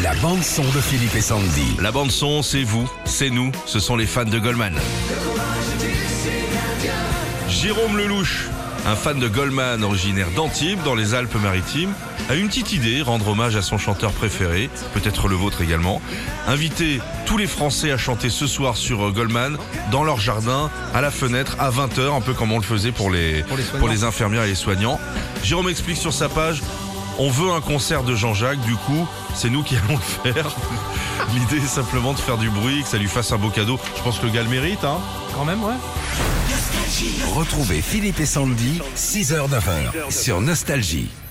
La bande-son de Philippe et Sandy. La bande-son, c'est vous, c'est nous, ce sont les fans de Goldman. Jérôme Lelouch, un fan de Goldman originaire d'Antibes, dans les Alpes-Maritimes, a une petite idée, rendre hommage à son chanteur préféré, peut-être le vôtre également. Inviter tous les Français à chanter ce soir sur Goldman, dans leur jardin, à la fenêtre, à 20h, un peu comme on le faisait pour les infirmières et les soignants. Jérôme explique sur sa page: on veut un concert de Jean-Jacques, du coup, c'est nous qui allons le faire. L'idée est simplement de faire du bruit, que ça lui fasse un beau cadeau. Je pense que le gars le mérite, hein. Quand même, ouais. Retrouvez Philippe et Sandy, 6h-9h, sur Nostalgie.